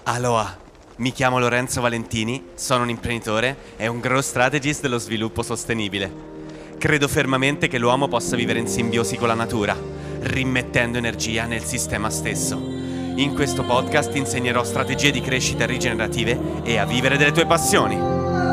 Aloha, mi chiamo Lorenzo Valentini, sono un imprenditore e un growth strategist dello sviluppo sostenibile. Credo fermamente che l'uomo possa vivere in simbiosi con la natura, rimettendo energia nel sistema stesso. In questo podcast ti insegnerò strategie di crescita rigenerative e a vivere delle tue passioni.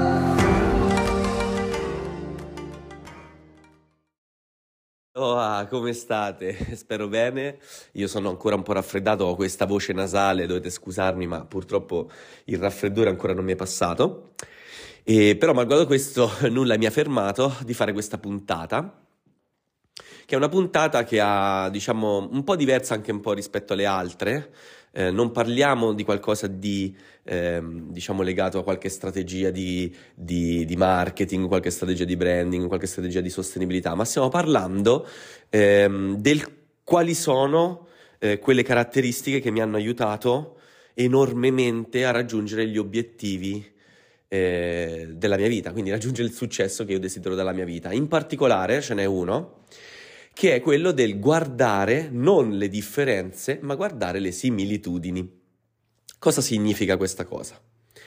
Oh, come state? Spero bene. Io sono ancora un po' raffreddato, ho questa voce nasale, dovete scusarmi, ma purtroppo il raffreddore ancora non mi è passato. Però, malgrado questo, nulla mi ha fermato di fare questa puntata, che è una puntata che ha, diciamo, un po' diversa anche un po' rispetto alle altre. Non parliamo di qualcosa di, diciamo, legato a qualche strategia di marketing, qualche strategia di branding, qualche strategia di sostenibilità, ma stiamo parlando del quali sono quelle caratteristiche che mi hanno aiutato enormemente a raggiungere gli obiettivi della mia vita, quindi raggiungere il successo che io desidero dalla mia vita. In particolare ce n'è uno che è quello del guardare non le differenze, ma guardare le similitudini. Cosa significa questa cosa?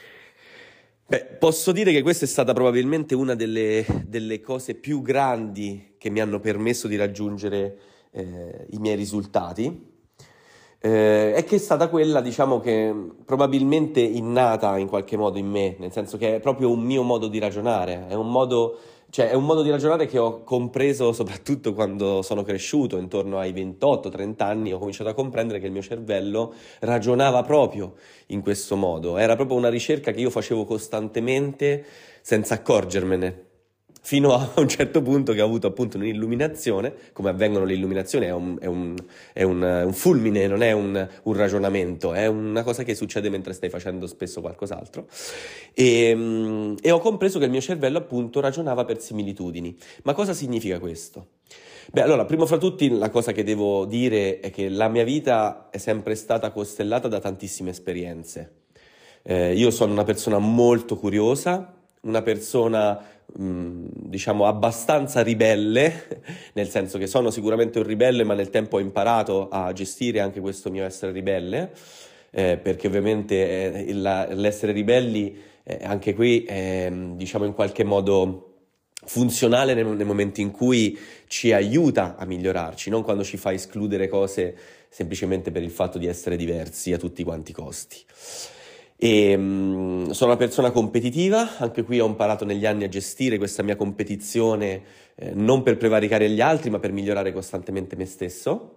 Posso dire che questa è stata probabilmente una delle cose più grandi che mi hanno permesso di raggiungere i miei risultati, e che è stata quella, diciamo, che probabilmente innata in qualche modo in me, nel senso che è proprio un mio modo di ragionare, è un modo di ragionare che ho compreso soprattutto quando sono cresciuto, intorno ai 28-30 anni, ho cominciato a comprendere che il mio cervello ragionava proprio in questo modo, era proprio una ricerca che io facevo costantemente senza accorgermene. Fino a un certo punto che ho avuto appunto un'illuminazione, come avvengono le illuminazioni, è un fulmine, non è un ragionamento, è una cosa che succede mentre stai facendo spesso qualcos'altro. E ho compreso che il mio cervello appunto ragionava per similitudini. Ma cosa significa questo? Allora, primo fra tutti la cosa che devo dire è che la mia vita è sempre stata costellata da tantissime esperienze. Io sono una persona molto curiosa, una persona diciamo abbastanza ribelle, nel senso che sono sicuramente un ribelle, ma nel tempo ho imparato a gestire anche questo mio essere ribelle, perché ovviamente l'essere ribelli anche qui è, diciamo, in qualche modo funzionale nei momenti in cui ci aiuta a migliorarci, non quando ci fa escludere cose semplicemente per il fatto di essere diversi a tutti quanti i costi. Sono una persona competitiva, anche qui ho imparato negli anni a gestire questa mia competizione, non per prevaricare gli altri, ma per migliorare costantemente me stesso.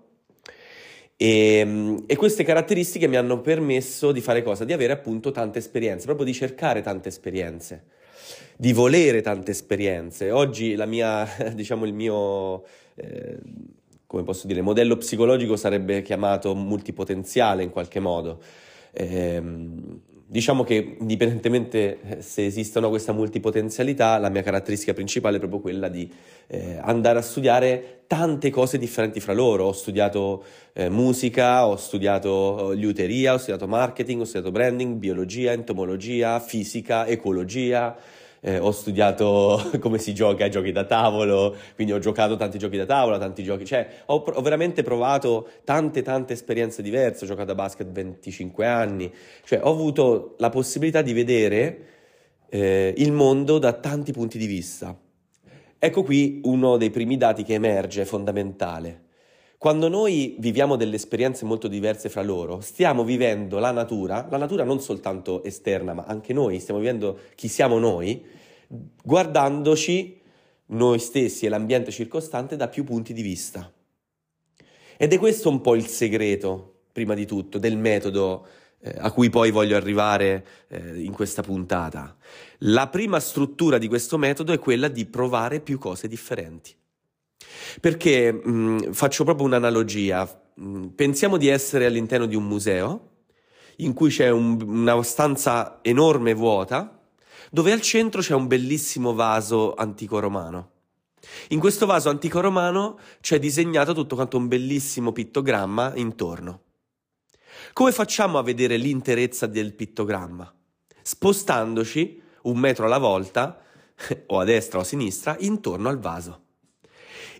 E queste caratteristiche mi hanno permesso di fare cosa? Di avere appunto tante esperienze, proprio di cercare tante esperienze, di volere tante esperienze. Oggi diciamo, il mio, come posso dire, modello psicologico sarebbe chiamato multipotenziale in qualche modo. Diciamo che indipendentemente se esiste o no questa multipotenzialità, la mia caratteristica principale è proprio quella di andare a studiare tante cose differenti fra loro. Ho studiato musica, ho studiato liuteria, ho studiato marketing, ho studiato branding, biologia, entomologia, fisica, ecologia. Ho studiato come si gioca ai giochi da tavolo, quindi ho giocato tanti giochi da tavola, tanti giochi, cioè ho veramente provato tante esperienze diverse, ho giocato a basket 25 anni, cioè ho avuto la possibilità di vedere il mondo da tanti punti di vista. Ecco qui uno dei primi dati che emerge, fondamentale. Quando noi viviamo delle esperienze molto diverse fra loro, stiamo vivendo la natura non soltanto esterna, ma anche noi, stiamo vivendo chi siamo noi, guardandoci noi stessi e l'ambiente circostante da più punti di vista. Ed è questo un po' il segreto, prima di tutto, del metodo a cui poi voglio arrivare in questa puntata. La prima struttura di questo metodo è quella di provare più cose differenti. Perché faccio proprio un'analogia. Pensiamo di essere all'interno di un museo in cui c'è una stanza enorme vuota dove al centro c'è un bellissimo vaso antico romano. In questo vaso antico romano c'è disegnato tutto quanto un bellissimo pittogramma intorno. Come facciamo a vedere l'interezza del pittogramma? Spostandoci 1 metro alla volta, o a destra o a sinistra, intorno al vaso.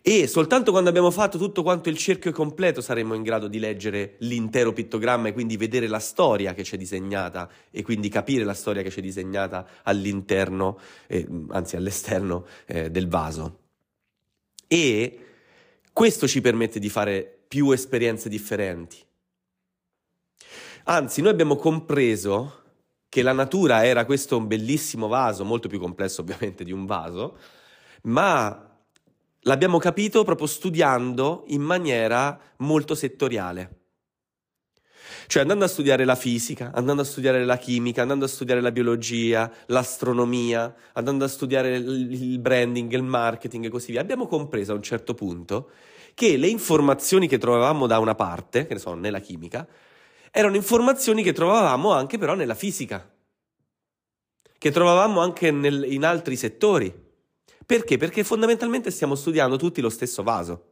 E soltanto quando abbiamo fatto tutto quanto il cerchio completo saremo in grado di leggere l'intero pittogramma e quindi vedere la storia che c'è disegnata e quindi capire la storia che c'è disegnata all'interno, anzi all'esterno del vaso. E questo ci permette di fare più esperienze differenti. Anzi, noi abbiamo compreso che la natura era questo un bellissimo vaso, molto più complesso ovviamente di un vaso, ma l'abbiamo capito proprio studiando in maniera molto settoriale. Cioè andando a studiare la fisica, andando a studiare la chimica, andando a studiare la biologia, l'astronomia, andando a studiare il branding, il marketing e così via. Abbiamo compreso a un certo punto che le informazioni che trovavamo da una parte, che ne so, nella chimica, erano informazioni che trovavamo anche però nella fisica, che trovavamo anche in altri settori. Perché? Perché fondamentalmente stiamo studiando tutti lo stesso vaso.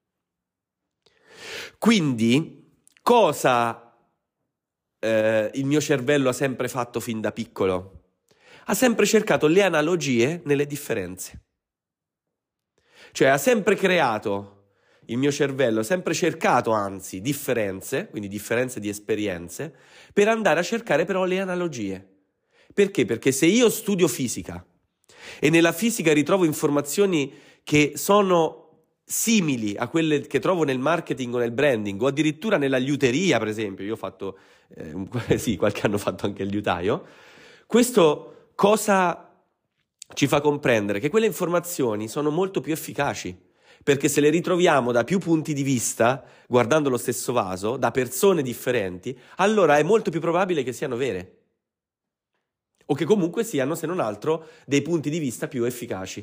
Quindi, cosa il mio cervello ha sempre fatto fin da piccolo? Ha sempre cercato le analogie nelle differenze. Cioè ha sempre creato, il mio cervello ha sempre cercato anzi differenze, quindi differenze di esperienze, per andare a cercare però le analogie. Perché? Perché se io studio fisica e nella fisica ritrovo informazioni che sono simili a quelle che trovo nel marketing o nel branding o addirittura nella liuteria, per esempio, io ho fatto, qualche anno ho fatto anche il liutaio, questo cosa ci fa comprendere? Che quelle informazioni sono molto più efficaci, perché se le ritroviamo da più punti di vista, guardando lo stesso vaso, da persone differenti, allora è molto più probabile che siano vere. O che comunque siano, se non altro, dei punti di vista più efficaci.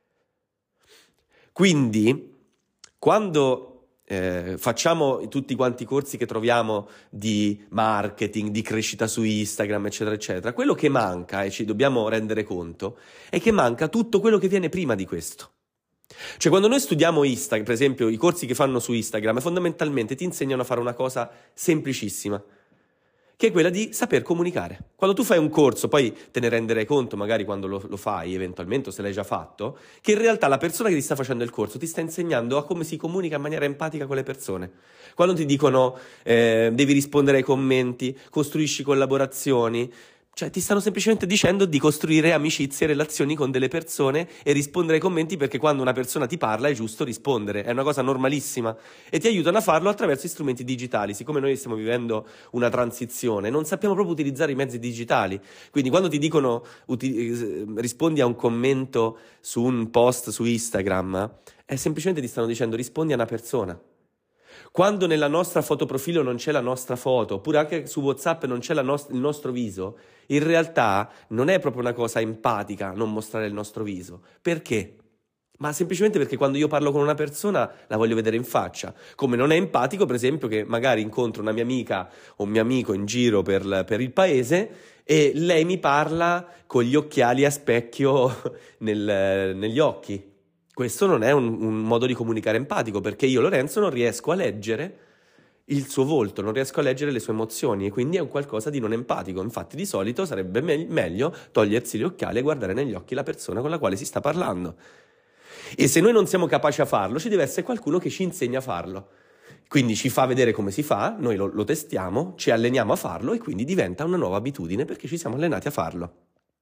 Quindi, quando facciamo tutti quanti i corsi che troviamo di marketing, di crescita su Instagram, eccetera, eccetera, quello che manca, e ci dobbiamo rendere conto, è che manca tutto quello che viene prima di questo. Cioè, quando noi studiamo Instagram, per esempio, i corsi che fanno su Instagram, fondamentalmente ti insegnano a fare una cosa semplicissima, che è quella di saper comunicare. Quando tu fai un corso, poi te ne renderai conto, magari quando lo fai, eventualmente, o se l'hai già fatto, che in realtà la persona che ti sta facendo il corso ti sta insegnando a come si comunica in maniera empatica con le persone. Quando ti dicono devi rispondere ai commenti, costruisci collaborazioni, cioè ti stanno semplicemente dicendo di costruire amicizie e relazioni con delle persone e rispondere ai commenti, perché quando una persona ti parla è giusto rispondere, è una cosa normalissima e ti aiutano a farlo attraverso strumenti digitali. Siccome noi stiamo vivendo una transizione, non sappiamo proprio utilizzare i mezzi digitali, quindi quando ti dicono rispondi a un commento su un post su Instagram, semplicemente ti stanno dicendo rispondi a una persona. Quando nella nostra fotoprofilo non c'è la nostra foto, oppure anche su WhatsApp non c'è il nostro viso, in realtà non è proprio una cosa empatica non mostrare il nostro viso. Perché? Ma semplicemente perché quando io parlo con una persona la voglio vedere in faccia. Come non è empatico, per esempio, che magari incontro una mia amica o un mio amico in giro per il paese e lei mi parla con gli occhiali a specchio negli occhi. Questo non è un modo di comunicare empatico, perché io, Lorenzo, non riesco a leggere il suo volto, non riesco a leggere le sue emozioni e quindi è un qualcosa di non empatico. Infatti di solito sarebbe meglio togliersi gli occhiali e guardare negli occhi la persona con la quale si sta parlando. E se noi non siamo capaci a farlo, ci deve essere qualcuno che ci insegna a farlo. Quindi ci fa vedere come si fa, noi lo testiamo, ci alleniamo a farlo e quindi diventa una nuova abitudine perché ci siamo allenati a farlo.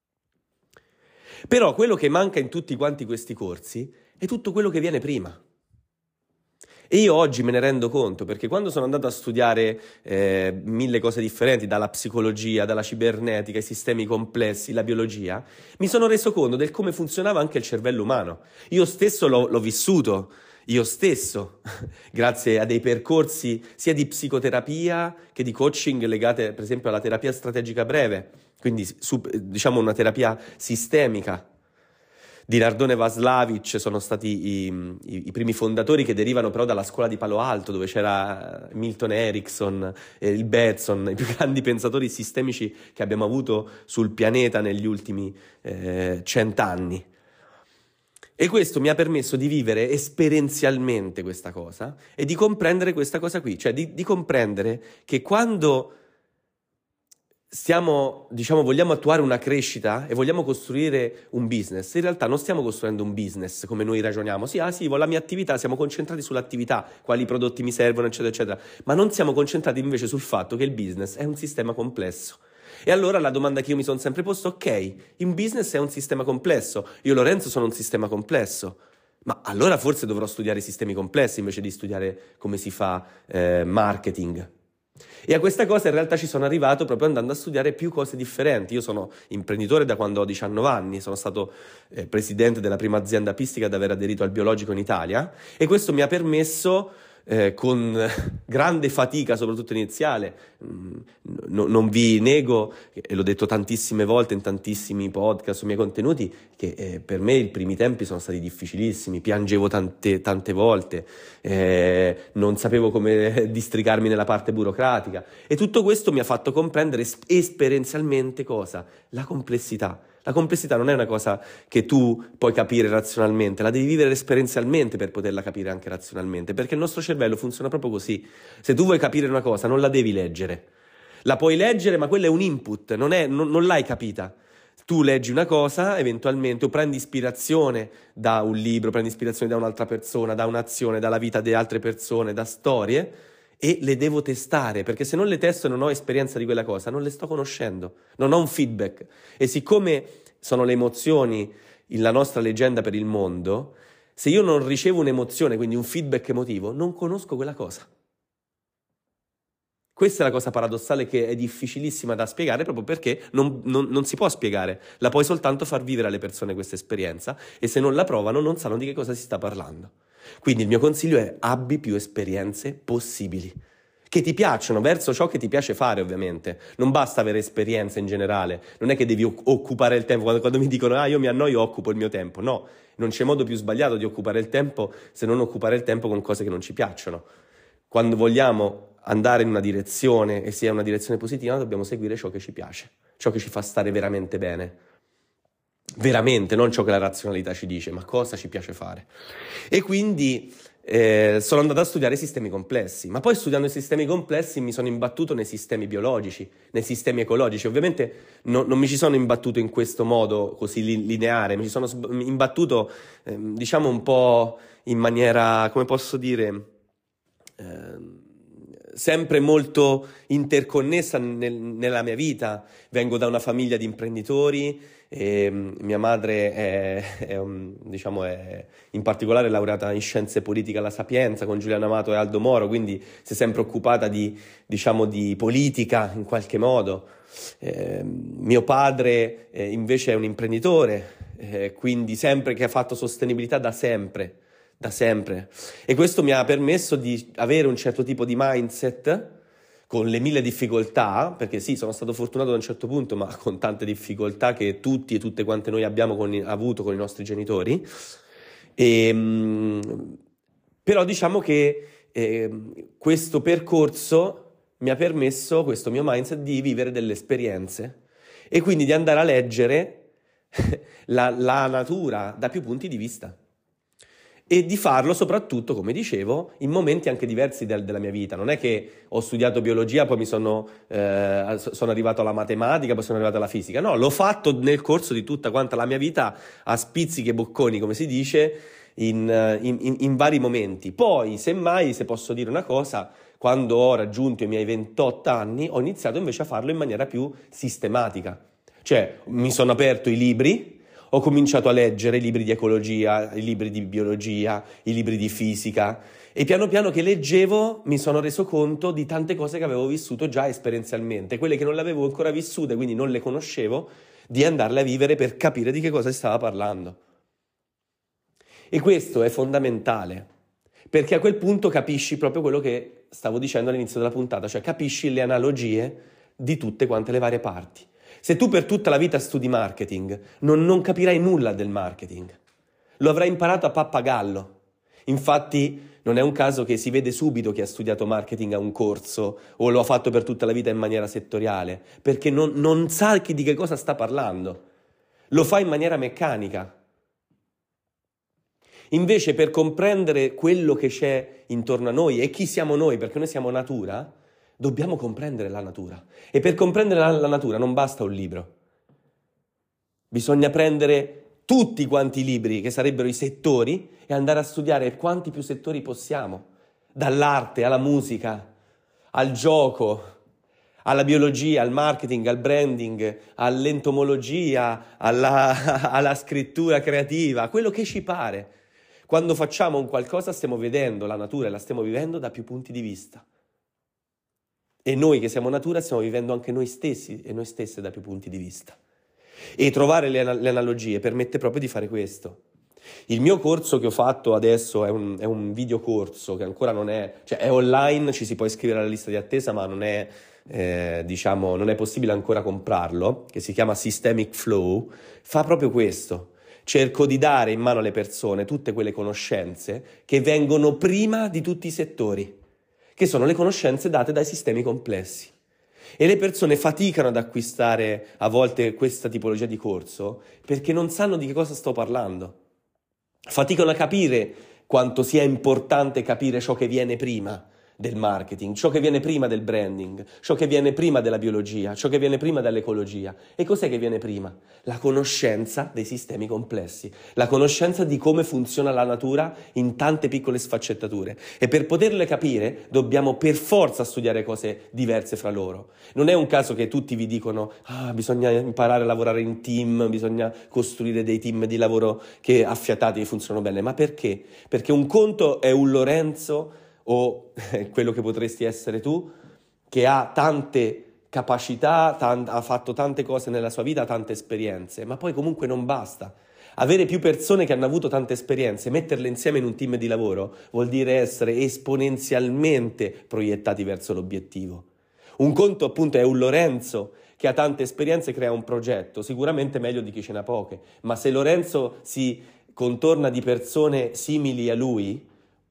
Però quello che manca in tutti quanti questi corsi è tutto quello che viene prima. E io oggi me ne rendo conto, perché quando sono andato a studiare 1000 cose differenti, dalla psicologia, dalla cibernetica, i sistemi complessi, la biologia, mi sono reso conto del come funzionava anche il cervello umano. Io stesso l'ho vissuto, io stesso, grazie a dei percorsi sia di psicoterapia che di coaching legate per esempio alla terapia strategica breve, quindi diciamo una terapia sistemica. Di Nardone Vaslavic sono stati i primi fondatori, che derivano però dalla scuola di Palo Alto, dove c'era Milton Erickson, il Batson, i più grandi pensatori sistemici che abbiamo avuto sul pianeta negli ultimi 100 anni. E questo mi ha permesso di vivere esperienzialmente questa cosa e di comprendere questa cosa qui, cioè di comprendere che quando vogliamo attuare una crescita e vogliamo costruire un business, in realtà non stiamo costruendo un business come noi ragioniamo. Sì, la mia attività, siamo concentrati sull'attività, quali prodotti mi servono, eccetera, eccetera, ma non siamo concentrati invece sul fatto che il business è un sistema complesso. E allora la domanda che io mi sono sempre posto, ok, un business è un sistema complesso, io Lorenzo sono un sistema complesso, ma allora forse dovrò studiare sistemi complessi invece di studiare come si fa marketing. E a questa cosa in realtà ci sono arrivato proprio andando a studiare più cose differenti. Io sono imprenditore da quando ho 19 anni, sono stato presidente della prima azienda apistica ad aver aderito al biologico in Italia, e questo mi ha permesso, con grande fatica, soprattutto iniziale, non vi nego, e l'ho detto tantissime volte in tantissimi podcast sui miei contenuti, che per me i primi tempi sono stati difficilissimi, piangevo tante volte, non sapevo come districarmi nella parte burocratica, e tutto questo mi ha fatto comprendere esperienzialmente cosa? La complessità. La complessità non è una cosa che tu puoi capire razionalmente, la devi vivere esperienzialmente per poterla capire anche razionalmente, perché il nostro cervello funziona proprio così. Se tu vuoi capire una cosa, non la devi leggere. La puoi leggere, ma quello è un input, non l'hai capita. Tu leggi una cosa, eventualmente, o prendi ispirazione da un libro, prendi ispirazione da un'altra persona, da un'azione, dalla vita di altre persone, da storie, e le devo testare, perché se non le testo e non ho esperienza di quella cosa, non le sto conoscendo, non ho un feedback. E siccome sono le emozioni la nostra leggenda per il mondo, se io non ricevo un'emozione, quindi un feedback emotivo, non conosco quella cosa. Questa è la cosa paradossale, che è difficilissima da spiegare, proprio perché non si può spiegare, la puoi soltanto far vivere alle persone questa esperienza, e se non la provano non sanno di che cosa si sta parlando. Quindi il mio consiglio è: abbi più esperienze possibili, che ti piacciono, verso ciò che ti piace fare, ovviamente. Non basta avere esperienza in generale, non è che devi occupare il tempo. Quando mi dicono io mi annoio, occupo il mio tempo, no, non c'è modo più sbagliato di occupare il tempo se non occupare il tempo con cose che non ci piacciono. Quando vogliamo andare in una direzione e sia una direzione positiva, dobbiamo seguire ciò che ci piace, ciò che ci fa stare veramente bene. Veramente, non ciò che la razionalità ci dice, ma cosa ci piace fare. E quindi sono andato a studiare sistemi complessi, ma poi studiando i sistemi complessi mi sono imbattuto nei sistemi biologici, nei sistemi ecologici. Ovviamente non mi ci sono imbattuto in questo modo così lineare, mi ci sono imbattuto diciamo un po' in maniera, come posso dire, sempre molto interconnessa nella mia vita. Vengo da una famiglia di imprenditori, e mia madre è in particolare laureata in scienze politiche alla Sapienza con Giuliano Amato e Aldo Moro, quindi si è sempre occupata di politica in qualche modo. Mio padre invece è un imprenditore, quindi sempre che ha fatto sostenibilità da sempre, e questo mi ha permesso di avere un certo tipo di mindset, con le mille difficoltà, perché sì, sono stato fortunato da un certo punto, ma con tante difficoltà che tutti e tutte quante noi abbiamo avuto con i nostri genitori. Però diciamo che questo percorso mi ha permesso, questo mio mindset, di vivere delle esperienze e quindi di andare a leggere la natura da più punti di vista. E di farlo soprattutto, come dicevo, in momenti anche diversi della mia vita. Non è che ho studiato biologia, poi sono arrivato alla matematica, poi sono arrivato alla fisica. No, l'ho fatto nel corso di tutta quanta la mia vita, a spizzichi e bocconi, come si dice, in vari momenti. Poi, semmai, se posso dire una cosa, quando ho raggiunto i miei 28 anni, ho iniziato invece a farlo in maniera più sistematica. Cioè, mi sono aperto i libri, ho cominciato a leggere i libri di ecologia, i libri di biologia, i libri di fisica, e piano piano che leggevo mi sono reso conto di tante cose che avevo vissuto già esperienzialmente, quelle che non le avevo ancora vissute, quindi non le conoscevo, di andarle a vivere per capire di che cosa si stava parlando. E questo è fondamentale, perché a quel punto capisci proprio quello che stavo dicendo all'inizio della puntata, cioè capisci le analogie di tutte quante le varie parti. Se tu per tutta la vita studi marketing, non capirai nulla del marketing. Lo avrai imparato a pappagallo. Infatti non è un caso che si vede subito chi ha studiato marketing a un corso o lo ha fatto per tutta la vita in maniera settoriale, perché non sa di che cosa sta parlando. Lo fa in maniera meccanica. Invece, per comprendere quello che c'è intorno a noi e chi siamo noi, perché noi siamo natura, dobbiamo comprendere la natura. E per comprendere la natura non basta un libro. Bisogna prendere tutti quanti i libri, che sarebbero i settori, e andare a studiare quanti più settori possiamo. Dall'arte alla musica, al gioco, alla biologia, al marketing, al branding, all'entomologia, alla scrittura creativa, quello che ci pare. Quando facciamo un qualcosa stiamo vedendo la natura e la stiamo vivendo da più punti di vista. E noi che siamo natura stiamo vivendo anche noi stessi e noi stesse da più punti di vista. E trovare le analogie permette proprio di fare questo. Il mio corso che ho fatto adesso è un videocorso che ancora non è, cioè è online, ci si può iscrivere alla lista di attesa, ma non è, non è possibile ancora comprarlo, che si chiama Systemic Flow. Fa proprio questo. Cerco di dare in mano alle persone tutte quelle conoscenze che vengono prima di tutti i settori, che sono le conoscenze date dai sistemi complessi. E le persone faticano ad acquistare a volte questa tipologia di corso perché non sanno di che cosa sto parlando. Faticano a capire quanto sia importante capire ciò che viene prima del marketing, ciò che viene prima del branding, ciò che viene prima della biologia, ciò che viene prima dell'ecologia. E cos'è che viene prima? La conoscenza dei sistemi complessi, la conoscenza di come funziona la natura in tante piccole sfaccettature. E per poterle capire dobbiamo per forza studiare cose diverse fra loro. Non è un caso che tutti vi dicono bisogna imparare a lavorare in team, bisogna costruire dei team di lavoro che affiatati funzionano bene. Ma perché? Perché un conto è un Lorenzo o quello che potresti essere tu, che ha tante capacità, ha fatto tante cose nella sua vita, tante esperienze, ma poi comunque non basta. Avere più persone che hanno avuto tante esperienze, metterle insieme in un team di lavoro, vuol dire essere esponenzialmente proiettati verso l'obiettivo. Un conto appunto è un Lorenzo che ha tante esperienze e crea un progetto, sicuramente meglio di chi ce n'ha poche, ma se Lorenzo si contorna di persone simili a lui,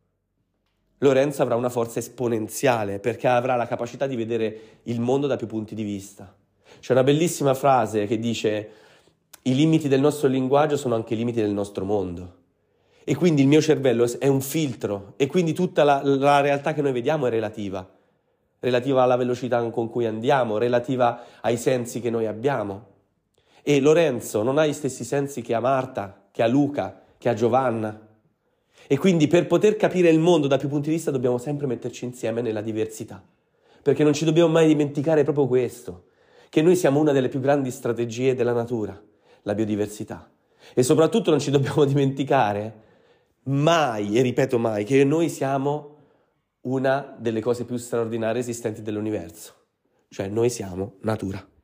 Lorenzo avrà una forza esponenziale perché avrà la capacità di vedere il mondo da più punti di vista. C'è una bellissima frase che dice: i limiti del nostro linguaggio sono anche i limiti del nostro mondo. E quindi il mio cervello è un filtro e quindi tutta la realtà che noi vediamo è relativa alla velocità con cui andiamo, relativa ai sensi che noi abbiamo. E Lorenzo non ha gli stessi sensi che ha Marta, che ha Luca, che ha Giovanna. E quindi per poter capire il mondo da più punti di vista dobbiamo sempre metterci insieme nella diversità, perché non ci dobbiamo mai dimenticare proprio questo, che noi siamo una delle più grandi strategie della natura, la biodiversità. E soprattutto non ci dobbiamo dimenticare mai, e ripeto mai, che noi siamo una delle cose più straordinarie esistenti dell'universo, cioè noi siamo natura.